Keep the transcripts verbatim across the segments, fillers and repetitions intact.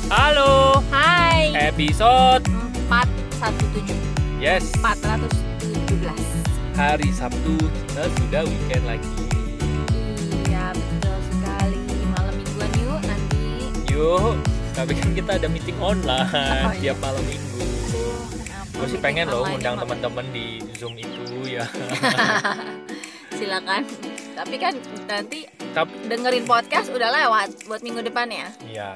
Halo. Hai. Episode empat satu tujuh. Yes. empat ratus tujuh belas. Hari Sabtu kita sudah weekend lagi. Iya, betul sekali. Malam mingguan yuk nanti. Yuk, tapi kan kita ada meeting online Oh, iya. tiap malam minggu. Kenapa Gue sih meeting pengen loh online undang emang? teman-teman di Zoom itu ya. Silakan. Tapi kan nanti Tapi dengerin podcast udah lewat buat minggu depan ya. ya,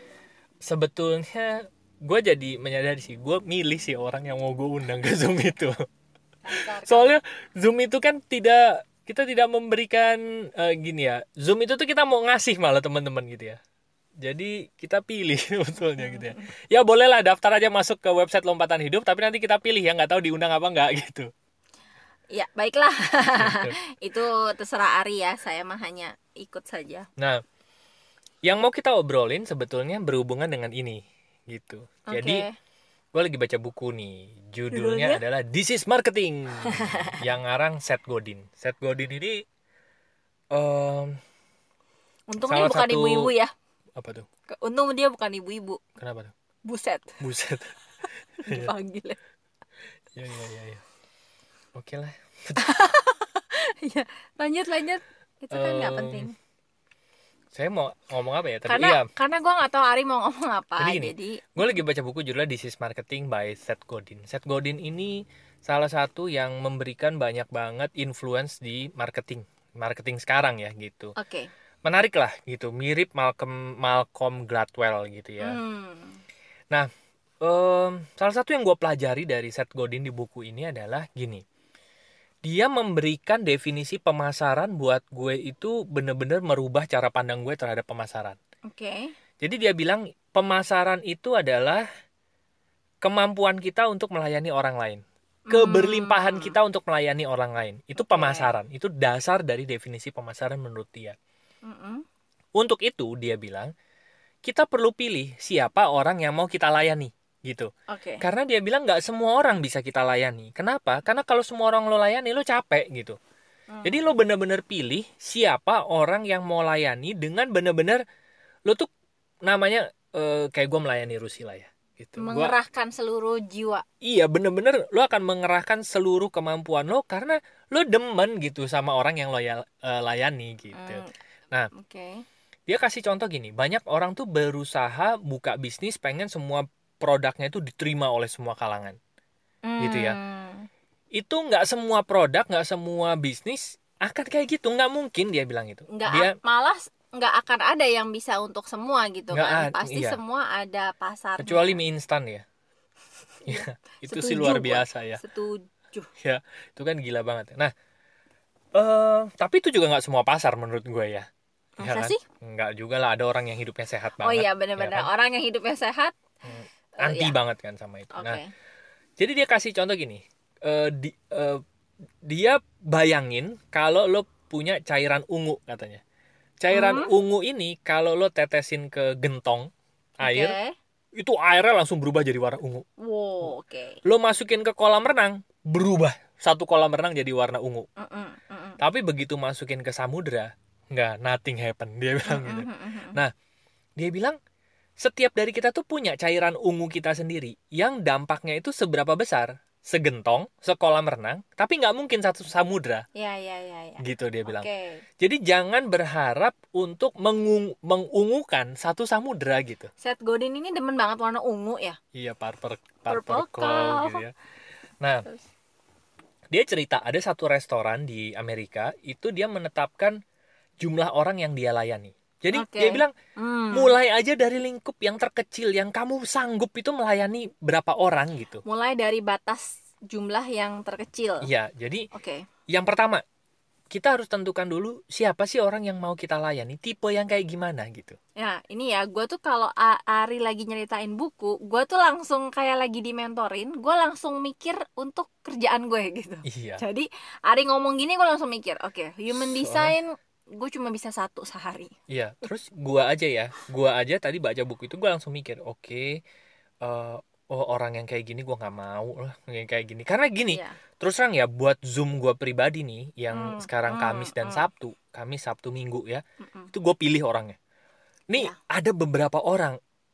sebetulnya gue jadi menyadari sih, gue milih sih orang yang mau gue undang ke Zoom itu. Soalnya Zoom itu kan tidak, kita tidak memberikan eh, gini ya. Zoom itu tuh kita mau ngasih malah teman-teman gitu ya. Jadi kita pilih sebetulnya gitu ya. Ya bolehlah daftar aja masuk ke website Lompatan Hidup, tapi nanti kita pilih ya, nggak tahu diundang apa nggak gitu. Ya, baiklah. Itu terserah Ari ya. Saya mah hanya ikut saja. Nah, yang mau kita obrolin sebetulnya berhubungan dengan ini gitu. Oke. Jadi gue lagi baca buku nih, judulnya Judulnya? adalah This is Marketing, yang ngarang Seth Godin. Seth Godin ini um, Untung salah dia bukan satu- ibu-ibu ya. apa tuh? Untung dia bukan ibu-ibu. Kenapa tuh? Buset. Buset. Dipanggil ya. Ya ya ya ya. Oke lah. Iya, lanjut lanjut. Itu kan nggak Em, penting. Saya mau ngomong apa ya? Tapi Karena iya, karena gue nggak tahu Ari mau ngomong apa. Jadi gini. Jadi gue lagi baca buku judulnya This is Marketing by Seth Godin. Seth Godin ini salah satu yang memberikan banyak banget influence di marketing, marketing sekarang ya gitu. oke. Menarik lah gitu, mirip Malcolm Malcolm Gladwell gitu ya. Hmm. Em, salah satu yang gue pelajari dari Seth Godin di buku ini adalah gini. Dia memberikan definisi pemasaran buat gue itu bener-bener merubah cara pandang gue terhadap pemasaran. Oke. Jadi dia bilang pemasaran itu adalah kemampuan kita untuk melayani orang lain. Keberlimpahan Hmm. kita untuk melayani orang lain. Itu Oke. pemasaran. Itu dasar dari definisi pemasaran menurut dia. Mm-mm. Untuk itu dia bilang, kita perlu pilih siapa orang yang mau kita layani. Gitu. Oke. Karena dia bilang nggak semua orang bisa kita layani. Kenapa? Karena kalau semua orang lo layani, lo capek gitu. Hmm. Jadi lo bener-bener pilih siapa orang yang mau layani dengan bener-bener lo tuh namanya eh, kayak gue melayani Rusila ya. Gitu. Gua, Mengerahkan seluruh jiwa. iya bener-bener lo akan mengerahkan seluruh kemampuan lo karena lo demen gitu sama orang yang lo ya- eh, layani gitu. Hmm. Nah. Oke. Dia kasih contoh gini, banyak orang tuh berusaha buka bisnis pengen semua produknya itu diterima oleh semua kalangan. Gitu ya. Hmm. Itu nggak semua produk, nggak semua bisnis akan kayak gitu, nggak mungkin dia bilang itu. Nggak Dia a- malah nggak akan ada yang bisa untuk semua gitu Nggak kan. ad- Pasti iya. semua ada pasarnya. kecuali mie instan ya. Ya, itu sih Setuju luar gua. biasa ya. Setuju. Ya, itu kan gila banget. Nah, eh tapi itu juga nggak semua pasar menurut gue ya. Ya Masa kan? sih? Nggak juga lah, ada orang yang hidupnya sehat banget. Oh iya, ya benar-benar. kan? Orang yang hidupnya sehat. Hmm, eh, Anti ya. banget kan sama itu. Oke. Nah, jadi dia kasih contoh gini, eh, di, eh, dia bayangin kalau lo punya cairan ungu katanya. Cairan Hmm. ungu ini kalau lo tetesin ke gentong air, Oke. itu airnya langsung berubah jadi warna ungu. Wow, oke. Lo masukin ke kolam renang, berubah. Satu kolam renang jadi warna ungu. Mm-mm, mm-mm. Tapi begitu masukin ke samudra, nggak, nothing happen. Dia bilang gitu. Mm-mm, mm-mm. Nah, dia bilang setiap dari kita tuh punya cairan ungu kita sendiri yang dampaknya itu seberapa besar, segentong, sekolam renang, tapi nggak mungkin satu samudra. Ya, ya, ya, ya. Gitu dia bilang. Oke. Jadi jangan berharap untuk mengung- mengungukan satu samudra gitu. Seth Godin ini demen banget warna ungu ya. Iya, purple, Purple purple cow. cow gitu ya. Nah, Terus. dia cerita ada satu restoran di Amerika, itu dia menetapkan jumlah orang yang dia layani. Jadi Oke. dia bilang, Hmm. mulai aja dari lingkup yang terkecil, yang kamu sanggup itu melayani berapa orang gitu. Mulai dari batas jumlah yang terkecil. Iya, jadi Oke. yang pertama, kita harus tentukan dulu siapa sih orang yang mau kita layani, tipe yang kayak gimana gitu. Ya, ini ya, gue tuh kalau A- Ari lagi nyeritain buku, gue tuh langsung kayak lagi dimentorin, gue langsung mikir untuk kerjaan gue gitu. Iya. Jadi Ari ngomong gini, gue langsung mikir, oke, human Soalnya- design, gue cuma bisa satu sehari. Iya, terus gua aja ya, gua aja tadi baca buku itu gua langsung mikir, oke, eh, oh orang yang kayak gini gua nggak mau lah, yang kayak gini. Karena gini, Iya. terus terang ya buat Zoom gua pribadi nih, yang Hmm, sekarang hmm, Kamis dan hmm. Sabtu, Kamis, Sabtu, Minggu ya, Mm-mm. itu gue pilih orangnya. Nih Iya. ada beberapa orang,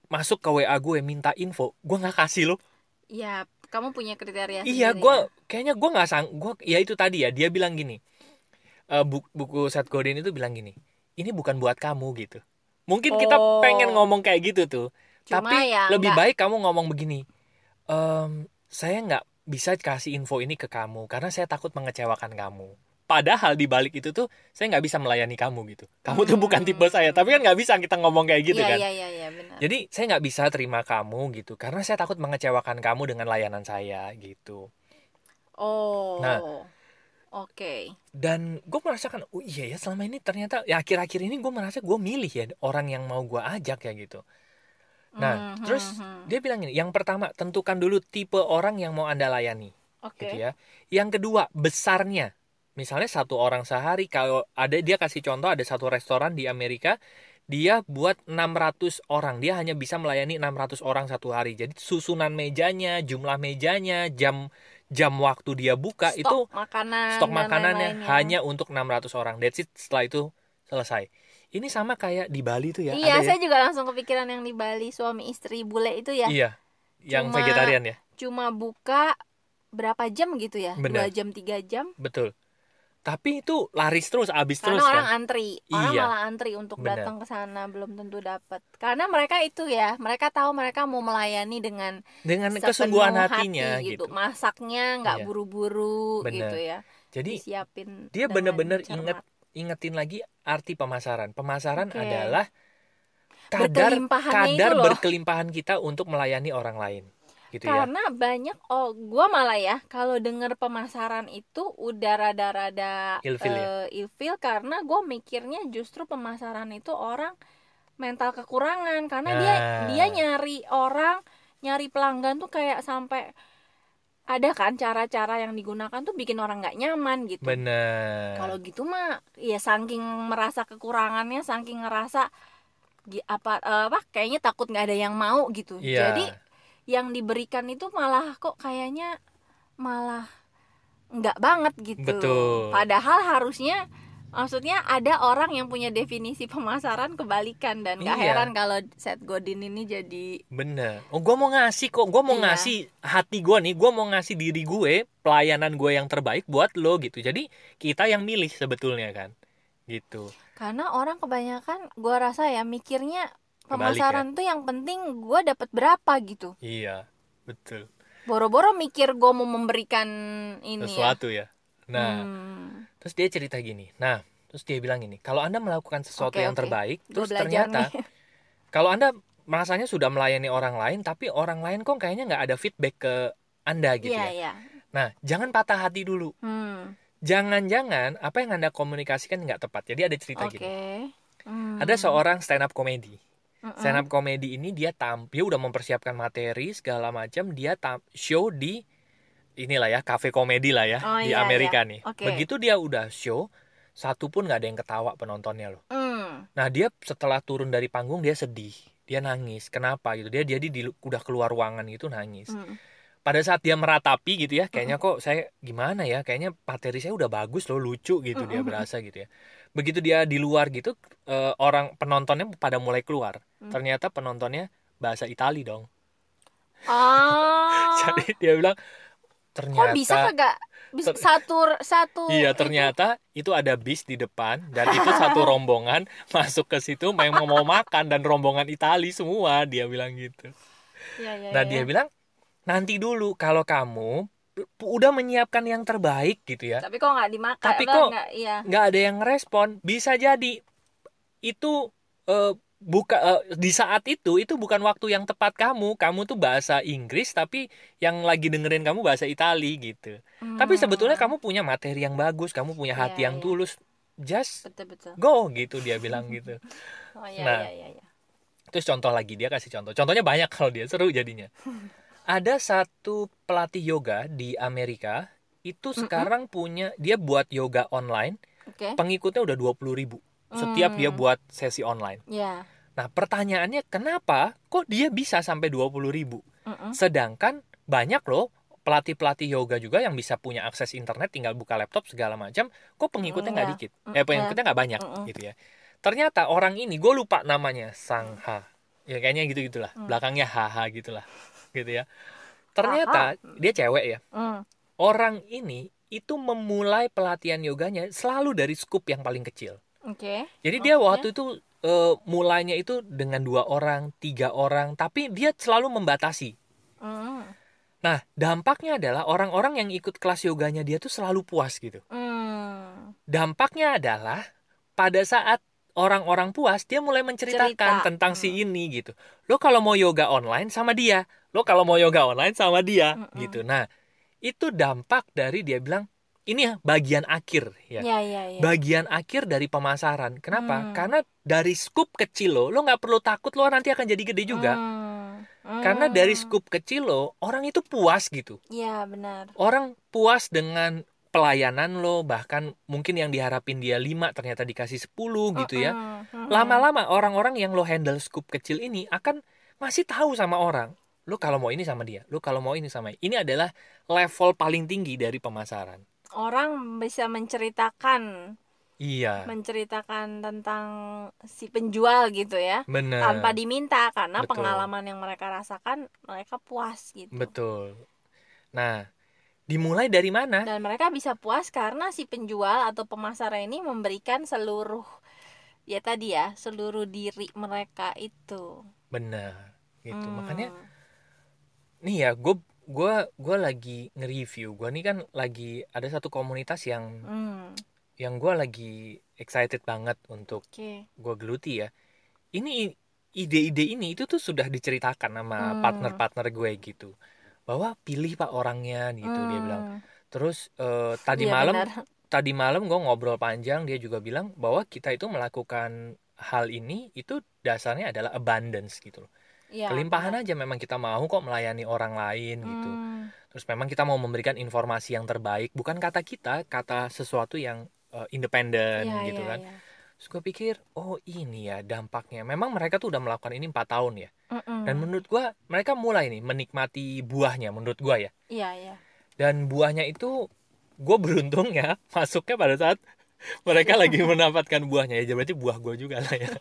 masuk ke W A gue minta info, gue nggak kasih lo. Ya, kamu punya kriteria Iya, sendiri gue ya? kayaknya gue nggak sang, gue ya itu tadi ya, dia bilang gini, eh, bu- buku Seth Godin itu bilang gini, ini bukan buat kamu gitu. Mungkin kita pengen Oh, ngomong kayak gitu tuh, cuma tapi ya lebih nggak. baik kamu ngomong begini, "Em, saya nggak bisa kasih info ini ke kamu karena saya takut mengecewakan kamu. Padahal di balik itu tuh saya nggak bisa melayani kamu gitu. Kamu tuh bukan tipe saya, tapi kan Hmm. nggak bisa kita ngomong kayak gitu Iya, kan. iya, iya, iya, benar. Jadi saya nggak bisa terima kamu gitu karena saya takut mengecewakan kamu dengan layanan saya gitu. Nah, Oh, oke. dan gue merasakan, oh iya ya selama ini ternyata ya akhir-akhir ini gue merasa gue milih ya orang yang mau gue ajak ya gitu. Nah, Hmm, hmm, terus hmm. dia bilang gini, yang pertama tentukan dulu tipe orang yang mau Anda layani. Gitu Oke. ya. Yang kedua, besarnya. Misalnya satu orang sehari, kalau ada dia kasih contoh ada satu restoran di Amerika, dia buat enam ratus orang. Dia hanya bisa melayani enam ratus orang satu hari. Jadi susunan mejanya, jumlah mejanya, jam jam waktu dia buka Stok itu makanan stok dan makanannya lain-lainnya. hanya untuk enam ratus orang. That's it, setelah itu selesai. Ini sama kayak di Bali tuh ya, Iya, ada ya? saya juga langsung kepikiran yang di Bali, suami istri bule itu ya. Iya, yang Cuma vegetarian ya. cuma buka berapa jam gitu ya? Dua Benar, jam, tiga jam. betul. Tapi itu laris terus, habis Karena terus orang kan? antri, orang Iya, malah antri untuk benar. datang ke sana, belum tentu dapat. Karena mereka itu ya, mereka tahu mereka mau melayani dengan Dengan sepenuh kesungguhan hati hatinya gitu. gitu. Masaknya nggak Iya, buru-buru gitu benar. ya, Jadi disiapin dia dengan benar-benar inget cermat. ingetin lagi arti pemasaran. Pemasaran Oke, adalah kadar berkelimpahannya itu kadar loh. berkelimpahan kita untuk melayani orang lain. Gitu ya. Karena banyak, oh gue malah ya kalau denger pemasaran itu udah rada-rada Ilfil ya. eh, ilfil, karena gue mikirnya justru pemasaran itu orang mental kekurangan, karena dia dia Nah, nyari orang, nyari pelanggan tuh kayak sampai ada kan cara-cara yang digunakan tuh bikin orang nggak nyaman gitu. Kalau benar. gitu mah ya saking merasa kekurangannya, saking ngerasa gi- apa eh, apa kayaknya takut nggak ada yang mau gitu. Jadi Iya, yang diberikan itu malah kok kayaknya malah nggak banget gitu. betul. Padahal harusnya, maksudnya ada orang yang punya definisi pemasaran kebalikan, dan gak heran Iya, kalau Seth Godin ini jadi. benar. Oh, gue mau ngasih kok. Gue mau Iya, ngasih hati gue nih. Gue mau ngasih diri gue, pelayanan gue yang terbaik buat lo gitu. Jadi kita yang milih sebetulnya kan. Gitu. karena orang kebanyakan gue rasa ya mikirnya Kebalik ya. pemasaran tuh yang penting gue dapat berapa gitu. Iya, betul. Boro-boro mikir gue mau memberikan ini ya. Sesuatu ya. Nah, Hmm, terus dia cerita gini. Nah, terus dia bilang gini, kalau Anda melakukan sesuatu oke, yang oke. terbaik, Gue terus belajar nih. ternyata kalau Anda merasanya sudah melayani orang lain, tapi orang lain kok kayaknya nggak ada feedback ke Anda gitu Iya, ya. iya. Nah, jangan patah hati dulu. Hmm, Jangan-jangan apa yang Anda komunikasikan nggak tepat. Jadi ada cerita oke. gini. Hmm. Ada seorang stand up comedy. Mm-mm. Stand up comedy ini dia tampil udah mempersiapkan materi segala macam, dia tam- show di inilah ya, kafe komedi lah ya Oh di iya, iya. Amerika nih. Oke. Begitu dia udah show, satu pun nggak ada yang ketawa penontonnya loh. Hmm. Nah dia setelah turun dari panggung dia sedih, dia nangis. Kenapa gitu? Dia jadi di, udah keluar ruangan gitu nangis. Hmm. Pada saat dia meratapi gitu ya, kayaknya Mm-mm. kok saya gimana ya? Kayaknya materi saya udah bagus loh, lucu gitu dia Mm-mm. berasa gitu ya. Begitu dia di luar gitu, eh, orang penontonnya pada mulai keluar. Hmm. Ternyata penontonnya bahasa Itali dong. Ah, Jadi dia bilang kok bisa ternyata kagak bisa ter- satu satu iya itu? ternyata itu ada bis di depan dan itu satu rombongan masuk ke situ memang mau makan dan rombongan Itali semua dia bilang gitu. Ya, ya, Nah ya, dia ya. bilang nanti dulu kalau kamu udah menyiapkan yang terbaik gitu ya, Tapi kok nggak dimakan? tapi Apa kok nggak? Iya. nggak ada yang respon, bisa jadi itu eh, buka eh, di saat itu itu bukan waktu yang tepat kamu. Kamu tuh bahasa Inggris tapi yang lagi dengerin kamu bahasa Itali gitu. Tapi sebetulnya Hmm. kamu punya materi yang bagus, kamu punya Iya, hati yang iya. tulus. Just Betul, betul. go gitu dia bilang gitu. Oh iya, Nah, iya, iya, iya. terus contoh lagi dia kasih contoh. Contohnya banyak kalau dia seru jadinya. Ada satu pelatih yoga di Amerika itu Mm-mm. sekarang punya dia buat yoga online, Oke. pengikutnya udah dua puluh ribu setiap dia Hmm. buat sesi online. Ya. Nah, pertanyaannya kenapa kok dia bisa sampai dua puluh ribu? Mm-mm. Sedangkan banyak loh pelatih-pelatih yoga juga yang bisa punya akses internet, tinggal buka laptop segala macam, kok pengikutnya nggak Iya. dikit? Mm, Eh, ya. pengikutnya nggak banyak Mm-mm. gitu ya. Ternyata orang ini, gue lupa namanya, Sangha. ya kayaknya gitu gitulah, Hmm. belakangnya haha gitulah, gitu ya. Ternyata dia cewek ya. Hmm. Orang ini itu memulai pelatihan yoganya selalu dari skup yang paling kecil. Oke. Jadi dia Oke. waktu itu eh, mulainya itu dengan dua orang, tiga orang, tapi dia selalu membatasi. Hmm. Nah, dampaknya adalah orang-orang yang ikut kelas yoganya dia tuh selalu puas gitu. Hmm. Dampaknya adalah pada saat orang-orang puas, dia mulai menceritakan Cerita. tentang Hmm. si ini gitu. Lo kalau mau yoga online sama dia, lo kalau mau yoga online sama dia Mm-mm. gitu. Nah, itu dampak dari dia bilang ini ya bagian akhir ya. Ya, ya, ya. Bagian akhir dari pemasaran. Kenapa? Hmm. Karena dari skup kecil lo, lo nggak perlu takut lo nanti akan jadi gede juga. Hmm. Karena dari Hmm. skup kecil lo, orang itu puas gitu. Ya, benar. Orang puas dengan pelayanan lo, bahkan mungkin yang diharapin dia lima ternyata dikasih sepuluh gitu ya. Mm-mm. Mm-mm. Lama-lama orang-orang yang lo handle skup kecil ini akan masih tahu sama orang. Lo kalau mau ini sama dia, lo kalau mau ini sama dia. Ini adalah level paling tinggi dari pemasaran. Orang bisa menceritakan Iya, menceritakan tentang si penjual gitu ya, bener. tanpa diminta, karena Betul. pengalaman yang mereka rasakan mereka puas gitu. Betul. Nah, dimulai dari mana? Dan mereka bisa puas karena si penjual atau pemasar ini memberikan seluruh, ya tadi ya, seluruh diri mereka itu. Bener. Gitu. Hmm. Makanya nih ya, gue gue gue lagi nge-review. Gue nih kan lagi ada satu komunitas yang Hmm. yang gue lagi excited banget untuk Oke. gue geluti ya. Ini ide-ide ini itu tuh sudah diceritakan sama Hmm. partner-partner gue gitu. Bahwa pilih Pak orangnya gitu dia bilang. Hmm. Terus eh, tadi Iya, malam benar. tadi malam gue ngobrol panjang, dia juga bilang bahwa kita itu melakukan hal ini itu dasarnya adalah abundance gitu loh. Iya, Kelimpahan benar. aja, memang kita mau kok melayani orang lain gitu. Hmm. Terus memang kita mau memberikan informasi yang terbaik, bukan kata kita, kata sesuatu yang uh, independen Iya, gitu iya, kan. iya. Terus gue pikir, oh ini ya dampaknya. Memang mereka tuh udah melakukan ini empat tahun ya. Mm-mm. Dan menurut gue mereka mulai nih menikmati buahnya menurut gue ya. Iya, iya. Dan buahnya itu gue beruntung ya masuknya pada saat mereka lagi mendapatkan buahnya ya. Berarti buah gue juga lah ya.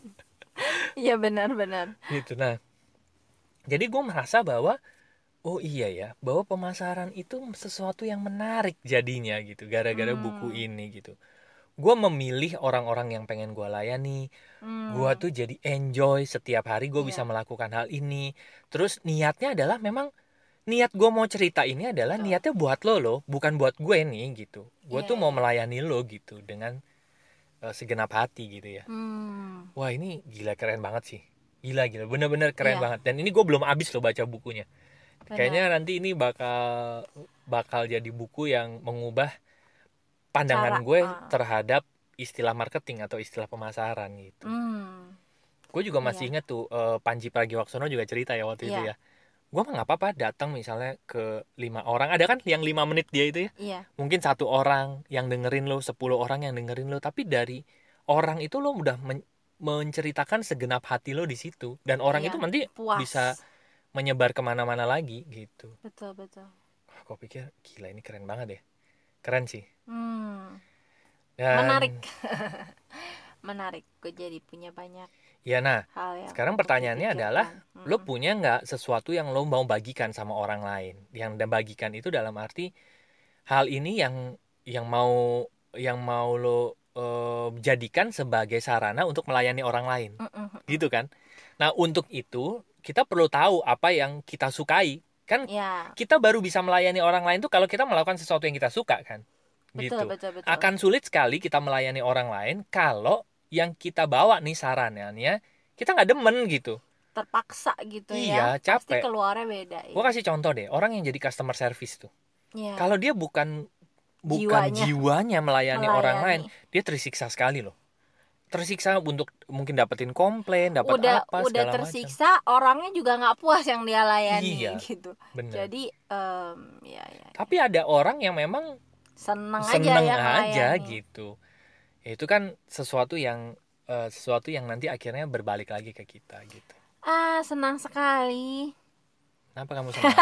Iya, benar-benar. Gitu. Nah, jadi gue merasa bahwa oh iya ya, bahwa pemasaran itu sesuatu yang menarik jadinya gitu, gara-gara Hmm. buku ini gitu. Gue memilih orang-orang yang pengen gue layani. Hmm. Gue tuh jadi enjoy setiap hari gue Iya. bisa melakukan hal ini. Terus niatnya adalah memang niat gue mau cerita ini adalah Betul. niatnya buat lo loh, bukan buat gue nih gitu. Gue Iya, tuh mau iya. melayani lo gitu dengan uh, segenap hati gitu ya. Hmm. Wah ini gila, keren banget sih. Gila gila, bener-bener keren Iya. banget. Dan ini gue belum habis loh baca bukunya. Benar. Kayaknya nanti ini bakal bakal jadi buku yang mengubah pandangan Cara, gue ah. terhadap istilah marketing atau istilah pemasaran gitu. Hmm. Gue juga masih Iya. ingat tuh uh, Panji Pragiwaksono juga cerita ya waktu itu Iya. ya. Gue mah nggak apa-apa datang misalnya ke lima orang, ada kan yang lima menit dia itu ya. Iya. Mungkin satu orang yang dengerin lo, sepuluh orang yang dengerin lo, tapi dari orang itu lo udah men- menceritakan segenap hati lo di situ, dan orang Iya. itu nanti Puas. bisa menyebar kemana-mana lagi gitu. Betul, betul. Gue pikir gila ini keren banget ya, keren sih. Hmm. Dan, Menarik. Menarik. Gue jadi punya banyak ya nah, hal yang sekarang untuk pertanyaannya dipikirkan. adalah Hmm. lo punya nggak sesuatu yang lo mau bagikan sama orang lain? Yang dan bagikan itu dalam arti hal ini yang yang mau yang mau lo eh, jadikan sebagai sarana untuk melayani orang lain, Mm-mm. gitu kan? Nah untuk itu kita perlu tahu apa yang kita sukai, kan? Ya. Kita baru bisa melayani orang lain tuh kalau kita melakukan sesuatu yang kita suka kan, Betul, gitu. betul, betul. Akan sulit sekali kita melayani orang lain kalau yang kita bawa nih sarannya kita nggak demen gitu. Terpaksa gitu Iya, ya. Pasti capek. keluarnya beda. Gue kasih contoh deh, orang yang jadi customer service tuh, Ya. kalau dia bukan bukan Jiwanya. jiwanya melayani, Melayani. orang lain, dia tersiksa sekali loh. Tersiksa untuk mungkin dapetin komplain, dapat udah apa udah segala tersiksa, orangnya juga nggak puas yang dia layani. Iya, gitu. bener. Jadi em, ya, ya, ya. Tapi ada orang yang memang seneng, seneng aja yang aja melayani. gitu. Ya, itu kan sesuatu yang eh, sesuatu yang nanti akhirnya berbalik lagi ke kita gitu. Ah, senang sekali. Kenapa kamu senang?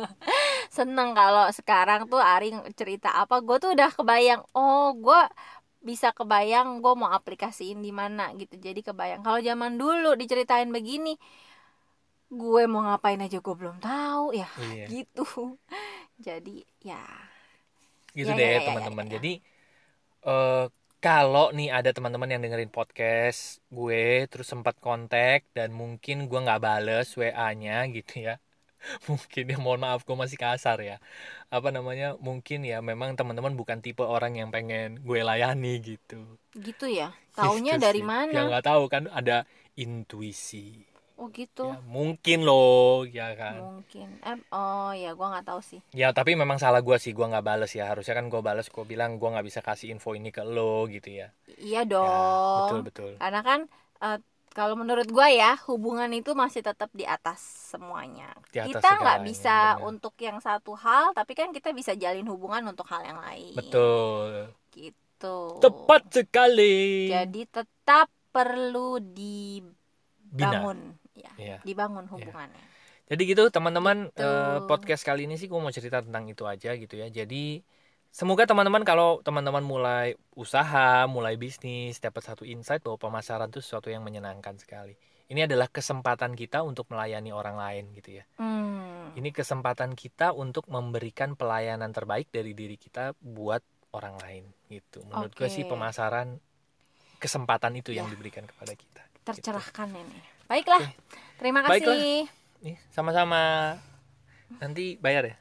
Seneng kalau sekarang tuh Ari cerita apa, gue tuh udah kebayang. Oh, gue bisa kebayang gue mau aplikasiin di mana gitu. Jadi kebayang kalau zaman dulu diceritain begini, gue mau ngapain aja gue belum tahu ya. Iya. Gitu. Jadi ya gitu ya, deh ya, ya, teman-teman. ya, ya. Jadi uh, kalau nih ada teman-teman yang dengerin podcast gue terus sempat kontak dan mungkin gue nggak bales W A-nya gitu ya, mungkin ya mohon maaf gue masih kasar ya, apa namanya, mungkin ya memang teman-teman bukan tipe orang yang pengen gue layani gitu. Gitu ya, taunya gitu dari sih. mana? Ya nggak tahu kan, ada intuisi. Oh gitu. Ya, mungkin loh, ya kan. Mungkin. Eh, oh ya, gue nggak tahu sih. Ya tapi memang salah gue sih, gue nggak bales ya. Harusnya kan gue bales, gue bilang gue nggak bisa kasih info ini ke lo gitu ya. Iya dong. Ya, betul betul. Karena kan uh, kalau menurut gue ya, hubungan itu masih tetap di atas semuanya. Di atas kita nggak bisa bener. Untuk yang satu hal, tapi kan kita bisa jalin hubungan untuk hal yang lain. Betul. Gitu. Tepat sekali. Jadi tetap perlu dibangun. Ya, iya. Dibangun hubungannya. Iya. Jadi gitu teman-teman, eh, podcast kali ini sih gue mau cerita tentang itu aja gitu ya. Jadi semoga teman-teman kalau teman-teman mulai usaha, mulai bisnis, dapat satu insight bahwa pemasaran itu sesuatu yang menyenangkan sekali. Ini adalah kesempatan kita untuk melayani orang lain gitu ya. Hmm. Ini kesempatan kita untuk memberikan pelayanan terbaik dari diri kita buat orang lain gitu. Menurut okay. gue sih pemasaran kesempatan itu ya. Yang diberikan kepada kita. Tercerahkan gitu. Ini. Baiklah, okay. Terima kasih. Baiklah. Nih, sama-sama. Nanti bayar ya.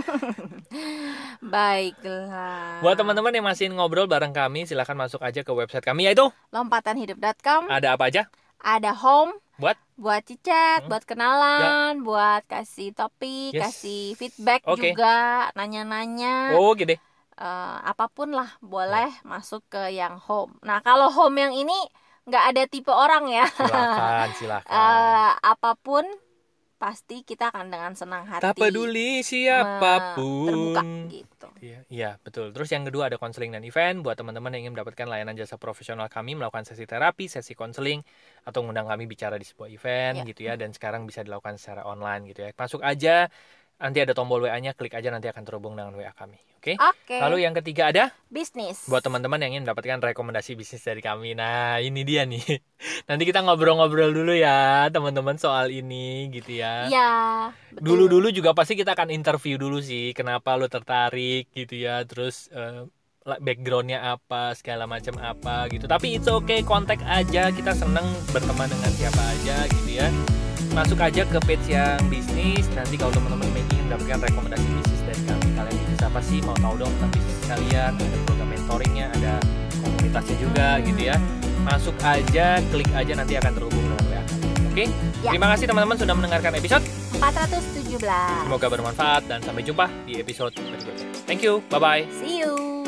Baiklah. Buat teman-teman yang masih ngobrol bareng kami, silahkan masuk aja ke website kami yaitu lompatan hidup dot com. Ada apa aja? Ada home. Buat? Buat chat, hmm. buat kenalan, ya. Buat kasih topik, yes. Kasih feedback okay. juga, nanya-nanya. Oh, gitu deh. Uh, apapun lah, boleh ya. Masuk ke yang home. Nah, kalau home yang ini nggak ada tipe orang ya. Silakan, silakan. uh, apapun pasti kita akan dengan senang hati. Tak peduli siapapun. Terbuka gitu. Iya, iya, betul. Terus yang kedua ada konseling dan event buat teman-teman yang ingin mendapatkan layanan jasa profesional kami, melakukan sesi terapi, sesi konseling atau mengundang kami bicara di sebuah event ya. Gitu ya, dan sekarang bisa dilakukan secara online gitu ya. Masuk aja. Nanti ada tombol W A-nya, klik aja nanti akan terhubung dengan W A kami. Oke? Okay? Okay. Lalu yang ketiga ada bisnis. Buat teman-teman yang ingin mendapatkan rekomendasi bisnis dari kami. Nah, ini dia nih. Nanti kita ngobrol-ngobrol dulu ya, teman-teman, soal ini gitu ya. Iya. Dulu-dulu juga pasti kita akan interview dulu sih, kenapa lo tertarik gitu ya. Terus uh, backgroundnya apa, segala macam apa gitu. Tapi it's okay, kontak aja. Kita seneng berteman dengan siapa aja gitu ya. Masuk aja ke page yang bisnis. Nanti kalau teman-teman ingin mendapatkan rekomendasi bisnis dari kami, kalian bisa apa sih, mau tahu dong tentang bisnis kalian, ada program mentoringnya, ada komunitasnya juga gitu ya. Masuk aja, klik aja, nanti akan terhubung dengan W A kami. Oke? Okay? Ya. Terima kasih teman-teman sudah mendengarkan episode empat ratus tujuh belas. Semoga bermanfaat dan sampai jumpa di episode berikutnya. Thank you, bye-bye. See you.